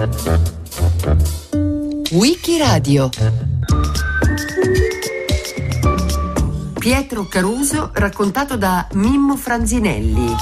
Wikiradio. Pietro Caruso raccontato da Mimmo Franzinelli.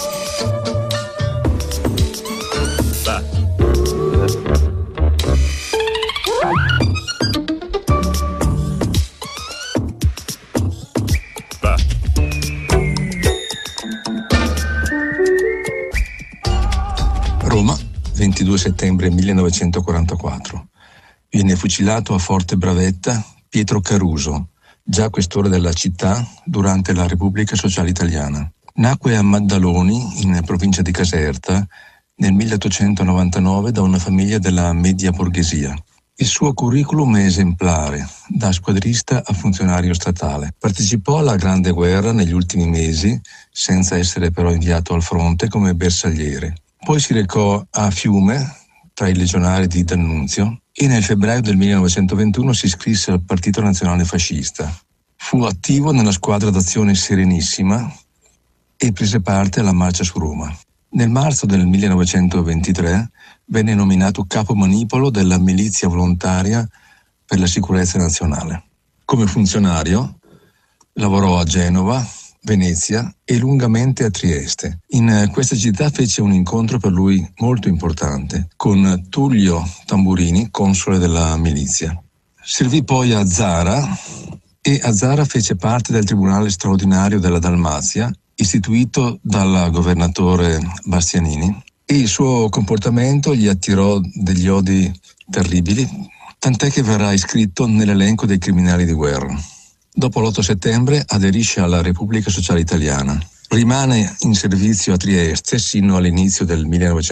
Roma, 22 settembre 1944. Viene fucilato a Forte Bravetta Pietro Caruso, già questore della città durante la Repubblica Sociale Italiana. Nacque a Maddaloni, in provincia di Caserta, nel 1899 da una famiglia della media borghesia. Il suo curriculum è esemplare, da squadrista a funzionario statale. Partecipò alla Grande Guerra negli ultimi mesi, senza essere però inviato al fronte come bersagliere. Poi si recò a Fiume, tra i legionari di D'Annunzio, e nel febbraio del 1921 si iscrisse al Partito Nazionale Fascista. Fu attivo nella squadra d'azione Serenissima e prese parte alla marcia su Roma. Nel marzo del 1923 venne nominato capo manipolo della milizia volontaria per la sicurezza nazionale. Come funzionario lavorò a Genova, Venezia e lungamente a Trieste. In questa città fece un incontro per lui molto importante con Tullio Tamburini, console della milizia. Servì poi a Zara e a Zara fece parte del Tribunale straordinario della Dalmazia, istituito dal governatore Bastianini, e il suo comportamento gli attirò degli odi terribili, tant'è che verrà iscritto nell'elenco dei criminali di guerra. Dopo l'8 settembre aderisce alla Repubblica Sociale Italiana. Rimane in servizio a Trieste sino all'inizio del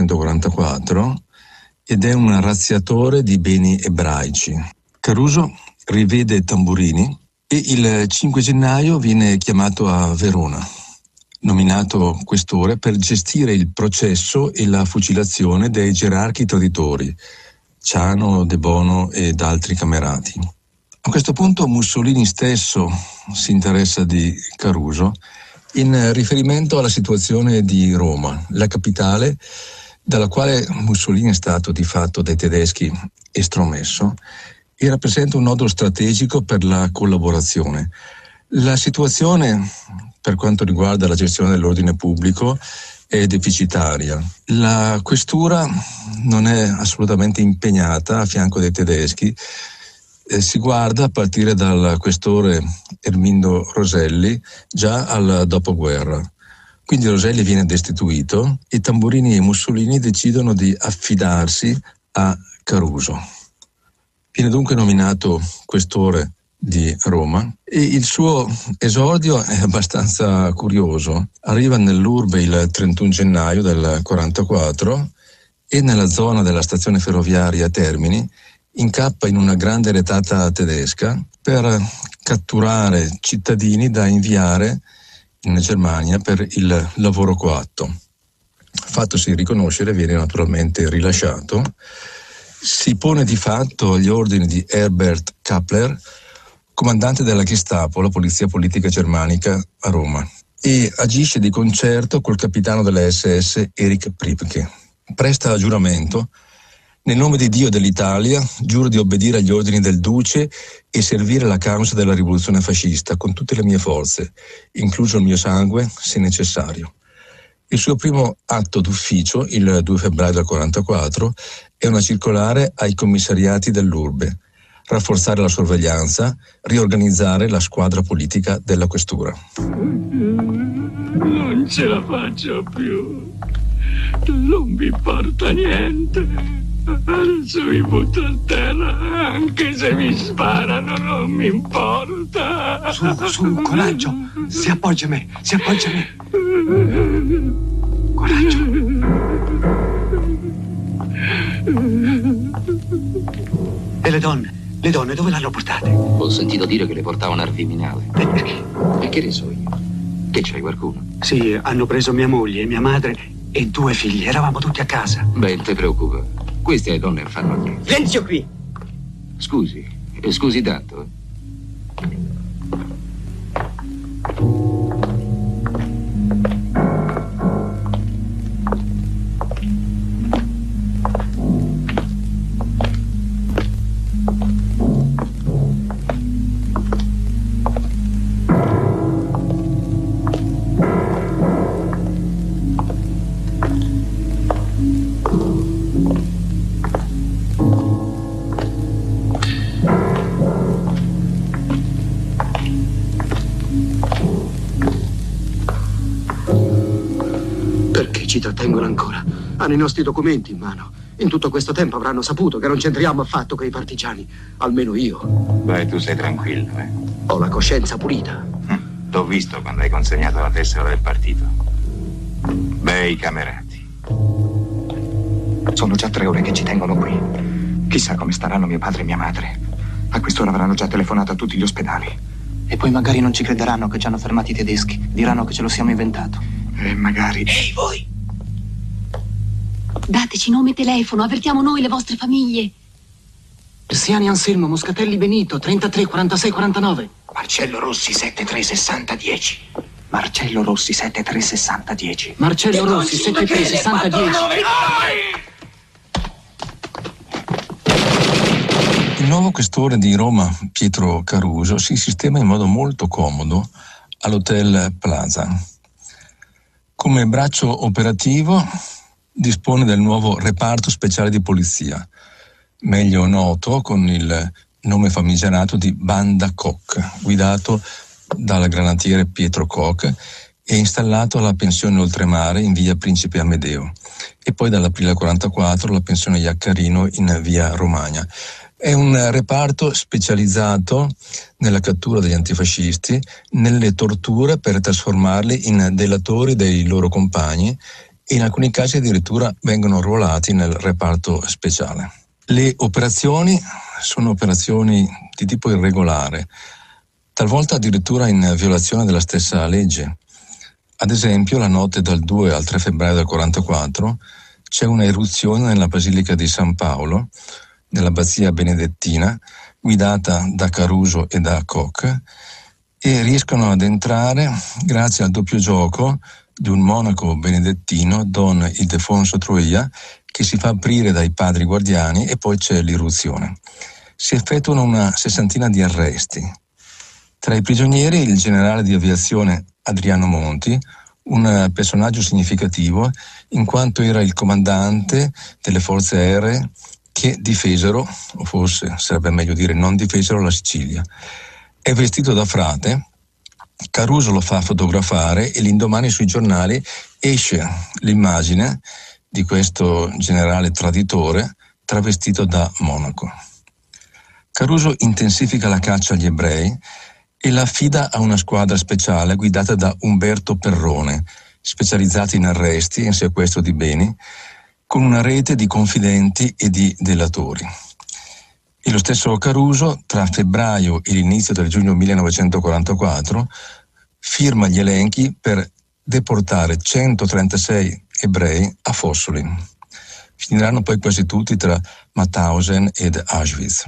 1944 ed è un razziatore di beni ebraici. Caruso rivede Tamburini e il 5 gennaio viene chiamato a Verona, nominato questore per gestire il processo e la fucilazione dei gerarchi traditori, Ciano, De Bono ed altri camerati. A questo punto Mussolini stesso si interessa di Caruso in riferimento alla situazione di Roma, la capitale dalla quale Mussolini è stato di fatto dai tedeschi estromesso e rappresenta un nodo strategico per la collaborazione. La situazione per quanto riguarda la gestione dell'ordine pubblico è deficitaria. La questura non è assolutamente impegnata a fianco dei tedeschi. Si guarda a partire dal questore Ermindo Roselli già al dopoguerra. Quindi Roselli viene destituito e Tamburini e Mussolini decidono di affidarsi a Caruso. Viene dunque nominato questore di Roma e il suo esordio è abbastanza curioso. Arriva nell'urbe il 31 gennaio del 44 e nella zona della stazione ferroviaria Termini incappa in una grande retata tedesca per catturare cittadini da inviare in Germania per il lavoro coatto. Fattosi riconoscere, viene naturalmente rilasciato. Si pone di fatto agli ordini di Herbert Kappler, comandante della Gestapo, la polizia politica germanica a Roma, e agisce di concerto col capitano della SS Erich Priebke. Presta giuramento: nel nome di Dio e dell'Italia, giuro di obbedire agli ordini del Duce e servire la causa della rivoluzione fascista con tutte le mie forze, incluso il mio sangue, se necessario. Il suo primo atto d'ufficio, il 2 febbraio del 44, è una circolare ai commissariati dell'Urbe: rafforzare la sorveglianza, riorganizzare la squadra politica della questura. Non ce la faccio più. Non mi importa niente. Adesso mi butto a terra, anche se mi sparano non mi importa. Su, coraggio, si appoggia a me. Coraggio. E le donne dove l'hanno portate? Ho sentito dire che le portavano al Viminale. Perché? E che ne so io? Che c'hai qualcuno? Sì, hanno preso mia moglie, mia madre e 2 figli. Eravamo tutti a casa. Beh, non ti preoccupa. Queste donne non fanno niente. Silenzio qui! Scusi tanto. ci trattengono ancora. Hanno i nostri documenti in mano. In tutto questo tempo avranno saputo che non c'entriamo affatto con i partigiani. Almeno io. Beh, tu sei tranquillo, eh? Ho la coscienza pulita. T'ho visto quando hai consegnato la tessera del partito. Bei camerati. Sono già 3 ore che ci tengono qui. Chissà come staranno mio padre e mia madre. A quest'ora avranno già telefonato a tutti gli ospedali. E poi magari non ci crederanno che ci hanno fermati i tedeschi. Diranno che ce lo siamo inventato. E magari... Ehi, voi! Dateci nome e telefono, avvertiamo noi le vostre famiglie. Persiani Anselmo, Moscatelli Benito, 33 46 49. Marcello Rossi, 73 60 10. Marcello Rossi, 73 60 10. Marcello Rossi, 73 60 10. Il nuovo questore di Roma, Pietro Caruso, si sistema in modo molto comodo all'Hotel Plaza. Come braccio operativo dispone del nuovo reparto speciale di polizia, meglio noto con il nome famigerato di Banda Koch, guidato dal granatiere Pietro Koch e installato alla pensione Oltremare in via Principe Amedeo e poi dall'aprile 1944 la pensione Iaccarino in via Romagna. È un reparto specializzato nella cattura degli antifascisti, nelle torture per trasformarli in delatori dei loro compagni e in alcuni casi addirittura vengono arruolati nel reparto speciale. Le operazioni sono operazioni di tipo irregolare, talvolta addirittura in violazione della stessa legge. Ad esempio, la notte dal 2 al 3 febbraio del 1944 c'è una eruzione nella Basilica di San Paolo, nell'abbazia benedettina, guidata da Caruso e da Koch, e riescono ad entrare grazie al doppio gioco di un monaco benedettino, Don Ildefonso Troia, che si fa aprire dai padri guardiani e poi c'è l'irruzione. Si effettuano una 60ina di arresti. Tra i prigionieri il generale di aviazione Adriano Monti, un personaggio significativo in quanto era il comandante delle forze aeree che difesero, o forse sarebbe meglio dire non difesero, la Sicilia. È vestito da frate, Caruso lo fa fotografare e l'indomani sui giornali esce l'immagine di questo generale traditore travestito da monaco. Caruso intensifica la caccia agli ebrei e la affida a una squadra speciale guidata da Umberto Perrone, specializzati in arresti e in sequestro di beni, con una rete di confidenti e di delatori. E lo stesso Caruso, tra febbraio e l'inizio del giugno 1944, firma gli elenchi per deportare 136 ebrei a Fossoli. Finiranno poi quasi tutti tra Mauthausen ed Auschwitz.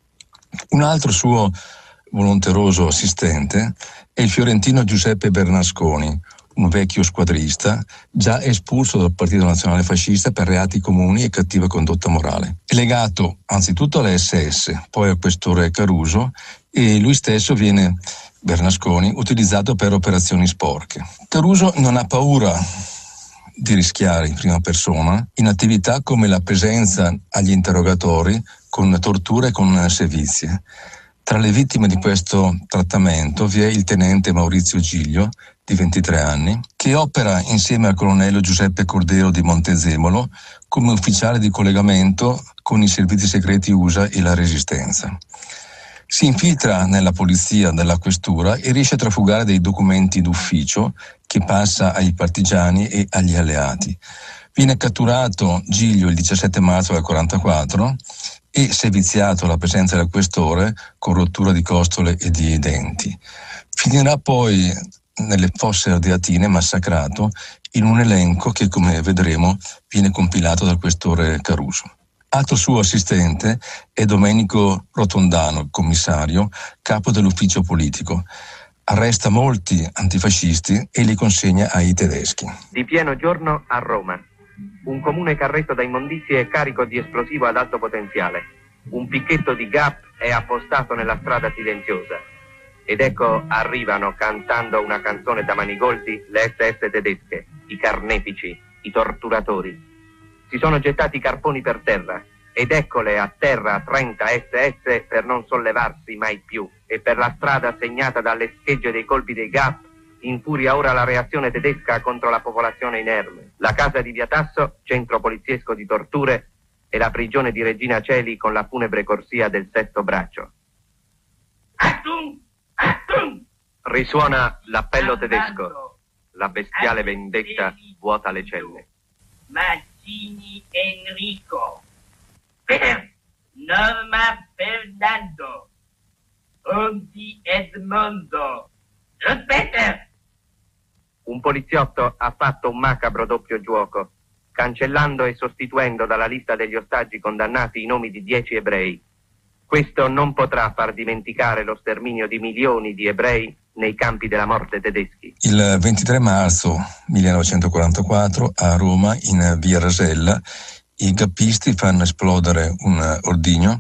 Un altro suo volonteroso assistente è il fiorentino Giuseppe Bernasconi, un vecchio squadrista, già espulso dal Partito Nazionale Fascista per reati comuni e cattiva condotta morale. È legato anzitutto alle SS, poi al questore Caruso, e lui stesso viene, Bernasconi, utilizzato per operazioni sporche. Caruso non ha paura di rischiare in prima persona in attività come la presenza agli interrogatori con torture e con sevizie. Tra le vittime di questo trattamento vi è il tenente Maurizio Giglio, di 23 anni, che opera insieme al colonnello Giuseppe Cordero di Montezemolo come ufficiale di collegamento con i servizi segreti USA e la Resistenza. Si infiltra nella polizia della questura e riesce a trafugare dei documenti d'ufficio che passa ai partigiani e agli alleati. Viene catturato Giglio il 17 marzo del 1944 e seviziato alla presenza del questore con rottura di costole e di denti. Finirà poi nelle fosse ardeatine massacrato in un elenco che, come vedremo, viene compilato dal questore Caruso. Altro suo assistente è Domenico Rotondano, il commissario, capo dell'ufficio politico. Arresta molti antifascisti e li consegna ai tedeschi. Di pieno giorno a Roma. Un comune carretto da immondizie è carico di esplosivo ad alto potenziale. Un picchetto di GAP è appostato nella strada silenziosa. Ed ecco arrivano cantando una canzone da manigoldi le SS tedesche, i carnefici, i torturatori. Si sono gettati i carponi per terra ed eccole a terra 30 SS per non sollevarsi mai più, e per la strada segnata dalle schegge dei colpi dei GAP infuria ora la reazione tedesca contro la popolazione inerme. La casa di Via Tasso, centro poliziesco di torture, e la prigione di Regina Coeli con la funebre corsia del Sesto Braccio. Achtung! Achtung! Risuona l'appello tedesco. La bestiale vendetta vuota le celle. Mazzini Enrico. Peter! Norma Fernando. Onti Edmondo. Peter! Un poliziotto ha fatto un macabro doppio gioco, cancellando e sostituendo dalla lista degli ostaggi condannati i nomi di 10 ebrei. Questo non potrà far dimenticare lo sterminio di milioni di ebrei nei campi della morte tedeschi. Il 23 marzo 1944 a Roma, in via Rasella, i gappisti fanno esplodere un ordigno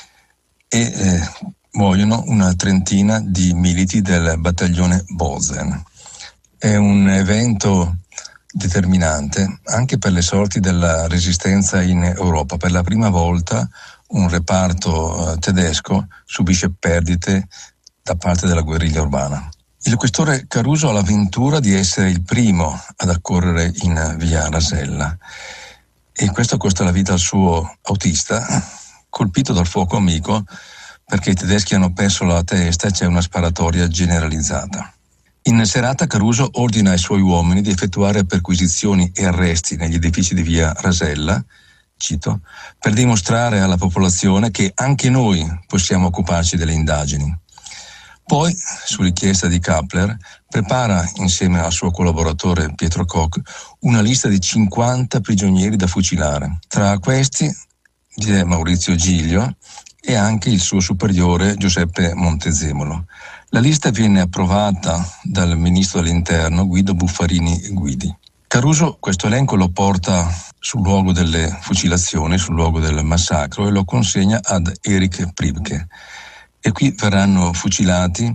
e muoiono una trentina di militi del battaglione Bozen. È un evento determinante anche per le sorti della resistenza in Europa. Per la prima volta un reparto tedesco subisce perdite da parte della guerriglia urbana. Il questore Caruso ha l'avventura di essere il primo ad accorrere in via Rasella e questo costa la vita al suo autista, colpito dal fuoco amico perché i tedeschi hanno perso la testa e c'è una sparatoria generalizzata. In serata Caruso ordina ai suoi uomini di effettuare perquisizioni e arresti negli edifici di via Rasella, cito, per dimostrare alla popolazione che anche noi possiamo occuparci delle indagini. Poi, su richiesta di Kappler, prepara insieme al suo collaboratore Pietro Koch una lista di 50 prigionieri da fucilare. Tra questi vi è Maurizio Giglio e anche il suo superiore Giuseppe Montezemolo. La lista viene approvata dal ministro dell'Interno Guido Buffarini Guidi. Caruso questo elenco lo porta sul luogo delle fucilazioni, sul luogo del massacro, e lo consegna ad Erich Priebke. E qui verranno fucilati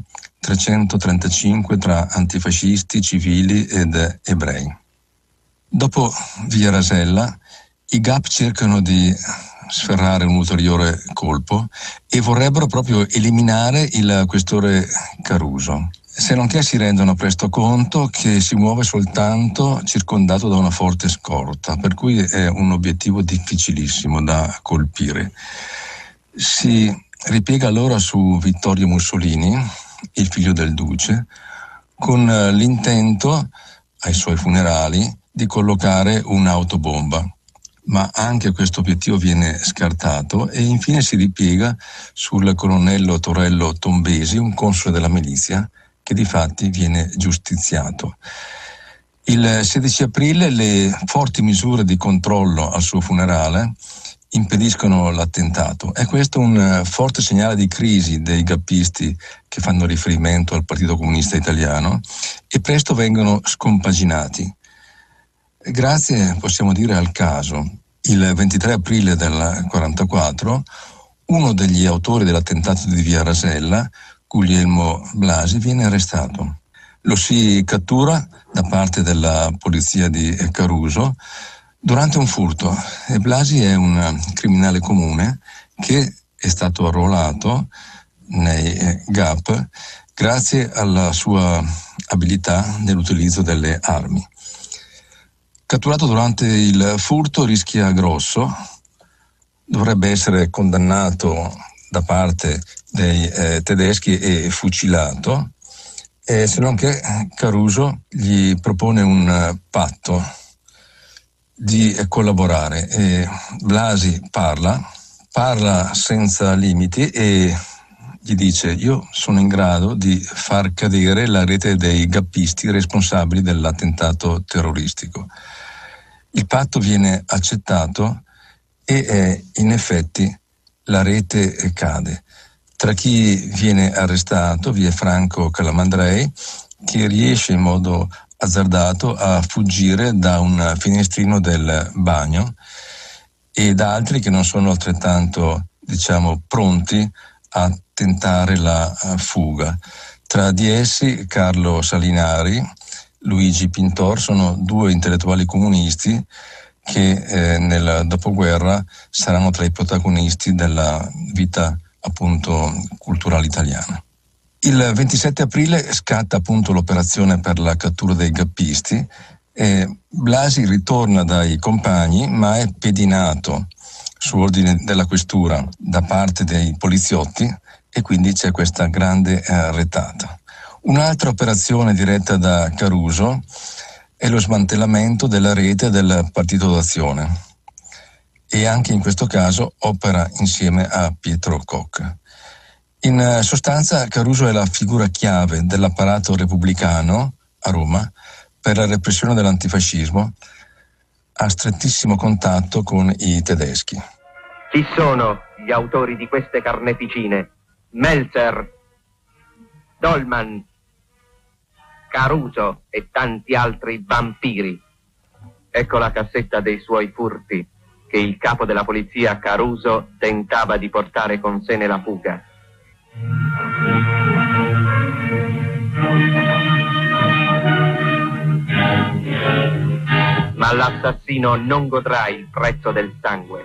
335 tra antifascisti, civili ed ebrei. Dopo via Rasella, i GAP cercano di sferrare un ulteriore colpo e vorrebbero proprio eliminare il questore Caruso, se non che si rendono presto conto che si muove soltanto circondato da una forte scorta, per cui è un obiettivo difficilissimo da colpire. Si ripiega allora su Vittorio Mussolini, il figlio del duce, con l'intento ai suoi funerali di collocare un'autobomba. Ma anche questo obiettivo viene scartato e infine si ripiega sul colonnello Torello Tombesi, un console della milizia, che difatti viene giustiziato. Il 16 aprile le forti misure di controllo al suo funerale impediscono l'attentato. È questo un forte segnale di crisi dei gappisti che fanno riferimento al Partito Comunista Italiano e presto vengono scompaginati. Grazie, possiamo dire, al caso, il 23 aprile del 1944, uno degli autori dell'attentato di via Rasella, Guglielmo Blasi, viene arrestato. Lo si cattura da parte della polizia di Caruso durante un furto e Blasi è un criminale comune che è stato arruolato nei GAP grazie alla sua abilità nell'utilizzo delle armi. Catturato durante il furto rischia grosso, dovrebbe essere condannato da parte dei tedeschi e fucilato, se non che Caruso gli propone un patto di collaborare e Blasi parla senza limiti e gli dice: io sono in grado di far cadere la rete dei gappisti responsabili dell'attentato terroristico. Il patto viene accettato e in effetti la rete cade. Tra chi viene arrestato vi è Franco Calamandrei, che riesce in modo azzardato a fuggire da un finestrino del bagno, e da altri che non sono altrettanto, pronti a tentare la fuga. Tra di essi Carlo Salinari, Luigi Pintor sono due intellettuali comunisti che nel dopoguerra saranno tra i protagonisti della vita appunto culturale italiana. Il 27 aprile scatta appunto l'operazione per la cattura dei gappisti e Blasi ritorna dai compagni, ma è pedinato su ordine della questura da parte dei poliziotti e quindi c'è questa grande retata. Un'altra operazione diretta da Caruso è lo smantellamento della rete del Partito d'Azione e anche in questo caso opera insieme a Pietro Koch. In sostanza Caruso è la figura chiave dell'apparato repubblicano a Roma per la repressione dell'antifascismo, a strettissimo contatto con i tedeschi. Chi sono gli autori di queste carneficine? Meltzer, Dolman, Caruso e tanti altri vampiri. Ecco la cassetta dei suoi furti che il capo della polizia Caruso tentava di portare con sé nella fuga. Ma l'assassino non godrà il prezzo del sangue.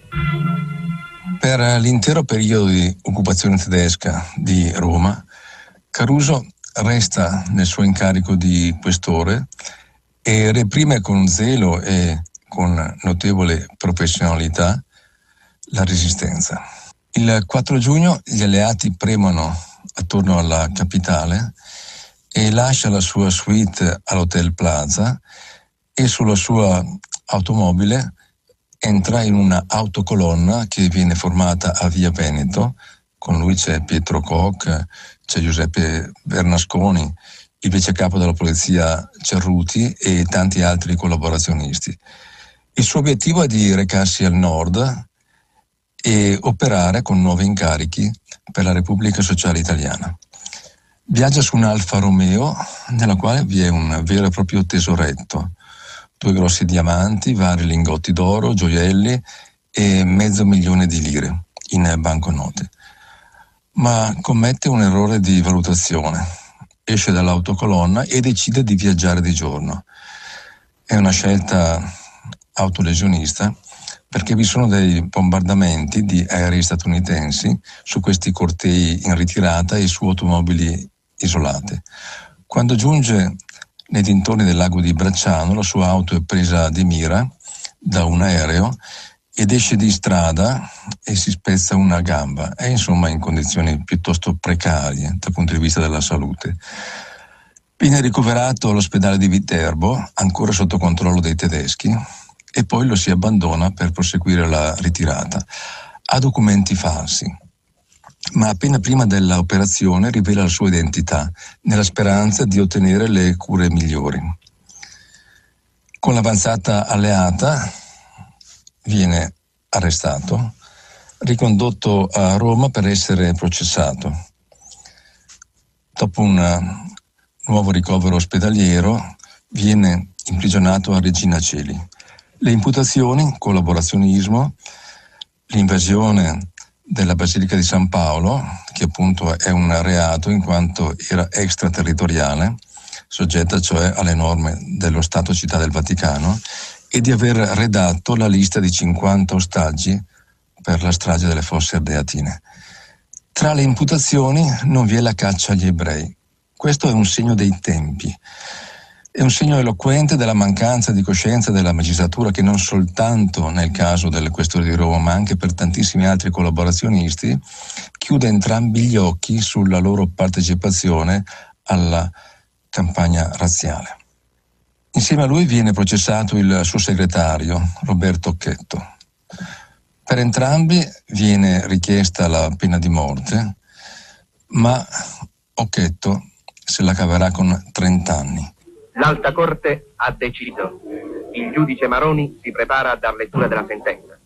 Per l'intero periodo di occupazione tedesca di Roma, Caruso resta nel suo incarico di questore e reprime con zelo e con notevole professionalità la resistenza. Il 4 giugno gli alleati premono attorno alla capitale e lascia la sua suite all'Hotel Plaza e sulla sua automobile entra in una autocolonna che viene formata a Via Veneto. Con lui c'è Pietro Koch, c'è Giuseppe Bernasconi, il vice capo della polizia Cerruti e tanti altri collaborazionisti. Il suo obiettivo è di recarsi al nord e operare con nuovi incarichi per la Repubblica Sociale Italiana. Viaggia su un Alfa Romeo nella quale vi è un vero e proprio tesoretto, 2 grossi diamanti, vari lingotti d'oro, gioielli e $500,000 di lire in banconote. Ma commette un errore di valutazione, esce dall'autocolonna e decide di viaggiare di giorno. È una scelta autolesionista perché vi sono dei bombardamenti di aerei statunitensi su questi cortei in ritirata e su automobili isolate. Quando giunge nei dintorni del lago di Bracciano, la sua auto è presa di mira da un aereo ed esce di strada e si spezza una gamba. È insomma in condizioni piuttosto precarie dal punto di vista della salute. Viene ricoverato all'ospedale di Viterbo, ancora sotto controllo dei tedeschi, e poi lo si abbandona per proseguire la ritirata. Ha documenti falsi, ma appena prima dell'operazione rivela la sua identità, nella speranza di ottenere le cure migliori. Con l'avanzata alleata viene arrestato, ricondotto a Roma per essere processato. Dopo un nuovo ricovero ospedaliero viene imprigionato a Regina Coeli. Le imputazioni: collaborazionismo, l'invasione della Basilica di San Paolo, che appunto è un reato in quanto era extraterritoriale, soggetta cioè alle norme dello Stato Città del Vaticano, e di aver redatto la lista di 50 ostaggi per la strage delle Fosse Ardeatine. Tra le imputazioni non vi è la caccia agli ebrei. Questo è un segno dei tempi. È un segno eloquente della mancanza di coscienza della magistratura, che non soltanto nel caso del questore di Roma, ma anche per tantissimi altri collaborazionisti, chiude entrambi gli occhi sulla loro partecipazione alla campagna razziale. Insieme a lui viene processato il suo segretario, Roberto Occhetto. Per entrambi viene richiesta la pena di morte, ma Occhetto se la caverà con 30 anni. L'Alta Corte ha deciso. Il giudice Maroni si prepara a dar lettura della sentenza.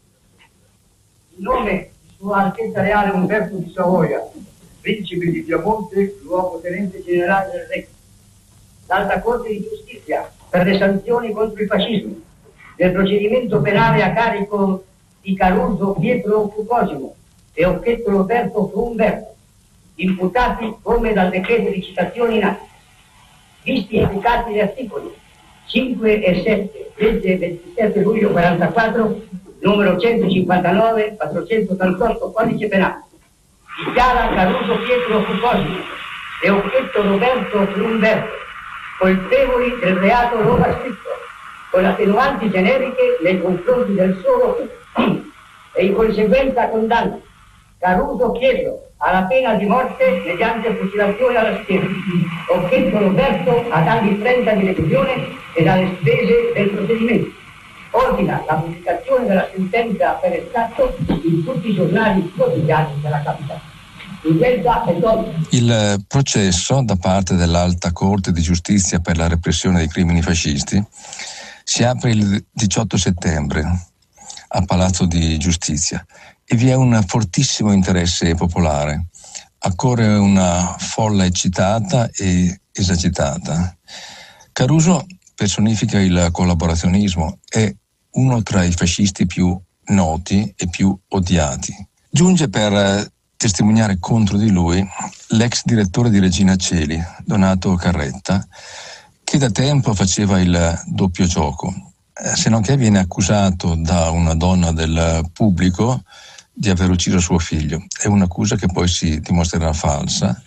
In nome di Sua Altezza Reale Umberto di Savoia, Principe di Piemonte, luogotenente generale del Regno, l'Alta Corte di Giustizia per le sanzioni contro il fascismo, del procedimento penale a carico di Caruso Pietro Fu Cosimo e Occhetto Roberto Fu Umberto, imputati come dal decreto di citazione in atto, visti e applicati gli articoli 5 e 7, legge 27 luglio 44, numero 159, 488, codice penale. Dichiara Caruso Pietro Fu Cosimo e Occhetto Roberto Umberto, colpevoli del reato Roma scritto, con attenuanti generiche nei confronti del solo e in conseguenza condanna Caruso Pietro alla pena di morte mediante fucilazione alla schiena, Occhetto Roberto ad anni 30 di reclusione e dalle spese del procedimento. Ordina la pubblicazione della sentenza per estratto in tutti i giornali quotidiani della capitale. Il processo da parte dell'Alta Corte di Giustizia per la repressione dei crimini fascisti si apre il 18 settembre a Palazzo di Giustizia e vi è un fortissimo interesse popolare. Accorre una folla eccitata e esagitata. Caruso personifica il collaborazionismo, è uno tra i fascisti più noti e più odiati. Giunge per testimoniare contro di lui l'ex direttore di Regina Coeli, Donato Carretta, che da tempo faceva il doppio gioco, se non che viene accusato da una donna del pubblico di aver ucciso suo figlio. È un'accusa che poi si dimostrerà falsa.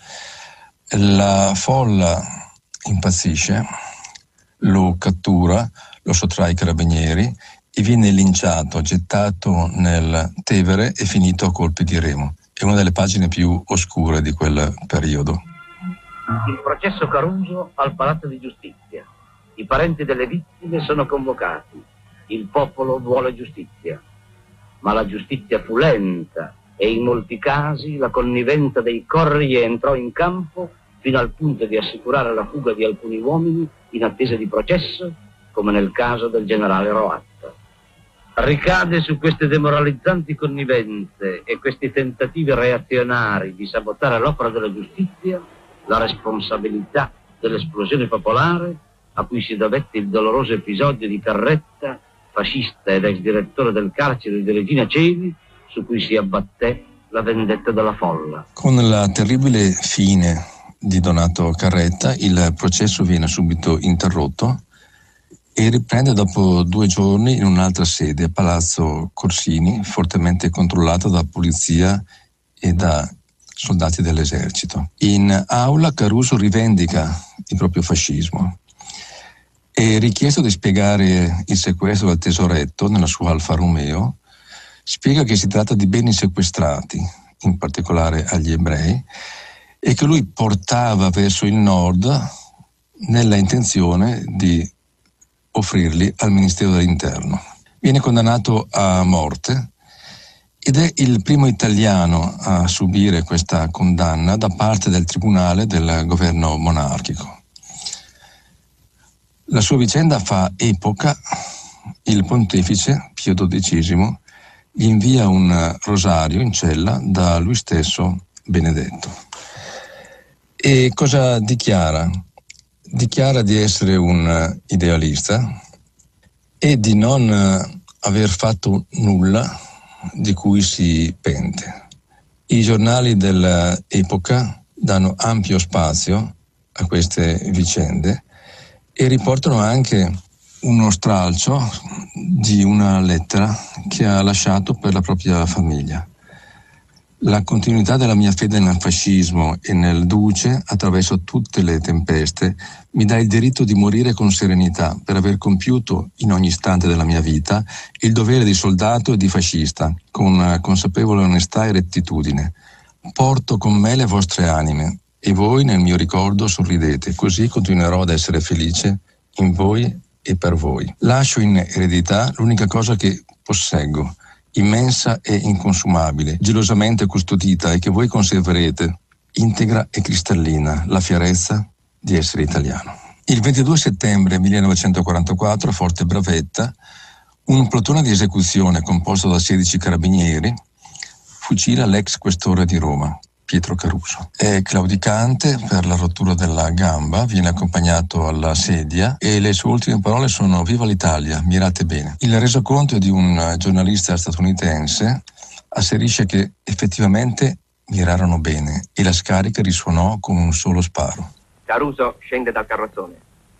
La folla impazzisce, lo cattura, lo sottrae ai carabinieri e viene linciato, gettato nel Tevere e finito a colpi di remo. È una delle pagine più oscure di quel periodo. Il processo Caruso al Palazzo di Giustizia. I parenti delle vittime sono convocati. Il popolo vuole giustizia. Ma la giustizia fu lenta e in molti casi la connivenza dei corri entrò in campo fino al punto di assicurare la fuga di alcuni uomini in attesa di processo, come nel caso del generale Roatta. Ricade su queste demoralizzanti connivenze e questi tentativi reazionari di sabotare l'opera della giustizia la responsabilità dell'esplosione popolare a cui si dovette il doloroso episodio di Carretta, fascista ed ex direttore del carcere di Regina Coeli, su cui si abbatté la vendetta della folla. Con la terribile fine di Donato Carretta, il processo viene subito interrotto e riprende dopo 2 giorni in un'altra sede, Palazzo Corsini, fortemente controllato da polizia e da soldati dell'esercito. In aula Caruso rivendica il proprio fascismo e, richiesto di spiegare il sequestro del tesoretto nella sua Alfa Romeo, spiega che si tratta di beni sequestrati, in particolare agli ebrei, e che lui portava verso il nord nella intenzione di offrirli al Ministero dell'Interno. Viene condannato a morte ed è il primo italiano a subire questa condanna da parte del tribunale del governo monarchico. La sua vicenda fa epoca. Il pontefice Pio XII gli invia un rosario in cella da lui stesso benedetto. E cosa dichiara? Dichiara di essere un idealista e di non aver fatto nulla di cui si pente. I giornali dell'epoca danno ampio spazio a queste vicende e riportano anche uno stralcio di una lettera che ha lasciato per la propria famiglia. La continuità della mia fede nel fascismo e nel Duce attraverso tutte le tempeste mi dà il diritto di morire con serenità per aver compiuto in ogni istante della mia vita il dovere di soldato e di fascista, con consapevole onestà e rettitudine. Porto con me le vostre anime e voi nel mio ricordo sorridete, così continuerò ad essere felice in voi e per voi. Lascio in eredità l'unica cosa che posseggo, immensa e inconsumabile, gelosamente custodita e che voi conserverete, integra e cristallina, la fierezza di essere italiano. Il 22 settembre 1944, a Forte Bravetta, un plotone di esecuzione composto da 16 carabinieri fucila l'ex questore di Roma, Pietro Caruso. È claudicante per la rottura della gamba, viene accompagnato alla sedia e le sue ultime parole sono: "Viva l'Italia, mirate bene". Il resoconto di un giornalista statunitense asserisce che effettivamente mirarono bene e la scarica risuonò con un solo sparo. Caruso scende dal carrozzone.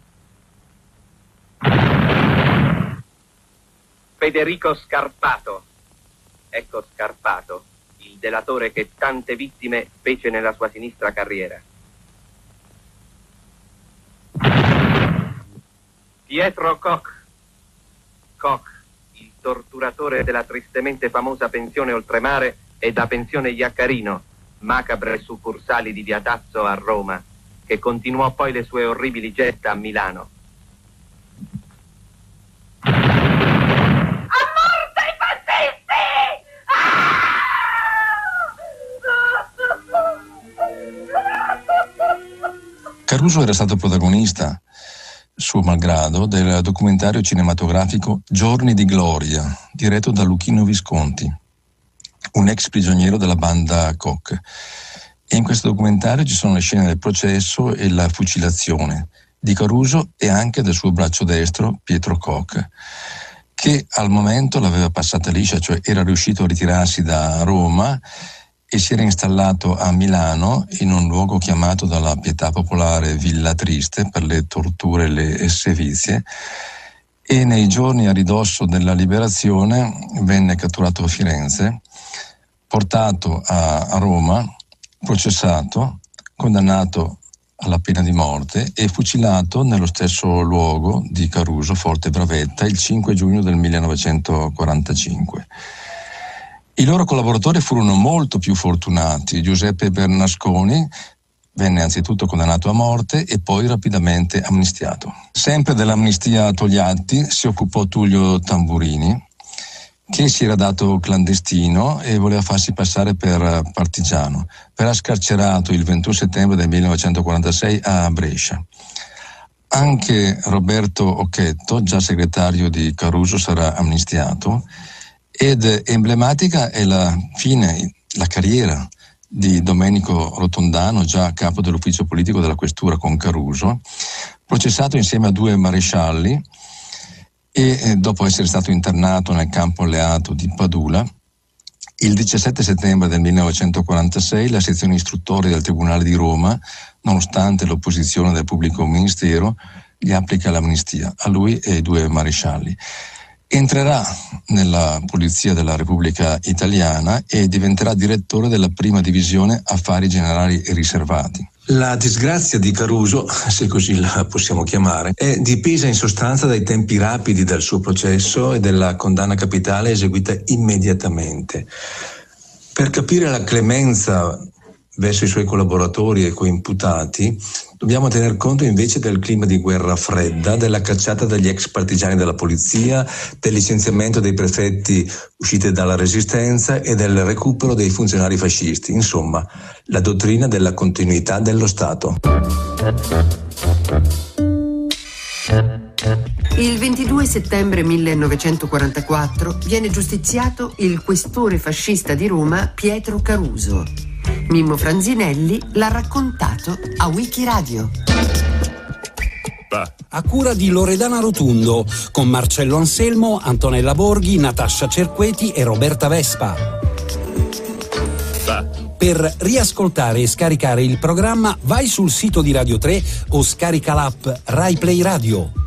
Federico Scarpato. Ecco Scarpato, il delatore che tante vittime fece nella sua sinistra carriera. Pietro Koch, il torturatore della tristemente famosa pensione Oltremare e da pensione Iaccarino, macabre succursali di Via Tazzo a Roma, che continuò poi le sue orribili gesta a Milano. A morte i fascisti! Caruso era stato protagonista, suo malgrado, del documentario cinematografico Giorni di Gloria, diretto da Luchino Visconti, un ex prigioniero della banda Koch. E in questo documentario ci sono le scene del processo e la fucilazione di Caruso e anche del suo braccio destro, Pietro Koch, che al momento l'aveva passata liscia, cioè era riuscito a ritirarsi da Roma e si era installato a Milano in un luogo chiamato dalla pietà popolare Villa Triste per le torture e le sevizie, e nei giorni a ridosso della liberazione venne catturato a Firenze, portato a Roma, processato, condannato alla pena di morte e fucilato nello stesso luogo di Caruso, Forte Bravetta, il 5 giugno del 1945. I loro collaboratori furono molto più fortunati. Giuseppe Bernasconi venne anzitutto condannato a morte e poi rapidamente amnistiato. Sempre dell'amnistia a Togliatti si occupò Tullio Tamburini, che si era dato clandestino e voleva farsi passare per partigiano. Verrà scarcerato il 21 settembre del 1946 a Brescia. Anche Roberto Occhetto, già segretario di Caruso, sarà amnistiato, ed emblematica è la carriera di Domenico Rotondano, già capo dell'ufficio politico della questura con Caruso, processato insieme a 2 marescialli e dopo essere stato internato nel campo alleato di Padula. Il 17 settembre del 1946 la sezione istruttoria del Tribunale di Roma, nonostante l'opposizione del pubblico ministero, gli applica l'amnistia a lui e ai 2 marescialli. Entrerà nella Polizia della Repubblica Italiana e diventerà direttore della prima divisione affari generali e riservati. La disgrazia di Caruso, se così la possiamo chiamare, è dipesa in sostanza dai tempi rapidi del suo processo e della condanna capitale eseguita immediatamente. Per capire la clemenza verso i suoi collaboratori e coimputati, dobbiamo tener conto invece del clima di guerra fredda, della cacciata degli ex partigiani della polizia, del licenziamento dei prefetti usciti dalla resistenza e del recupero dei funzionari fascisti. Insomma, la dottrina della continuità dello Stato. Il 22 settembre 1944 viene giustiziato il questore fascista di Roma Pietro Caruso. Mimmo Franzinelli l'ha raccontato a Wikiradio. A cura di Loredana Rotundo, con Marcello Anselmo, Antonella Borghi, Natascia Cerqueti e Roberta Vespa. Per riascoltare e scaricare il programma vai sul sito di Radio 3 o scarica l'app Rai Play Radio.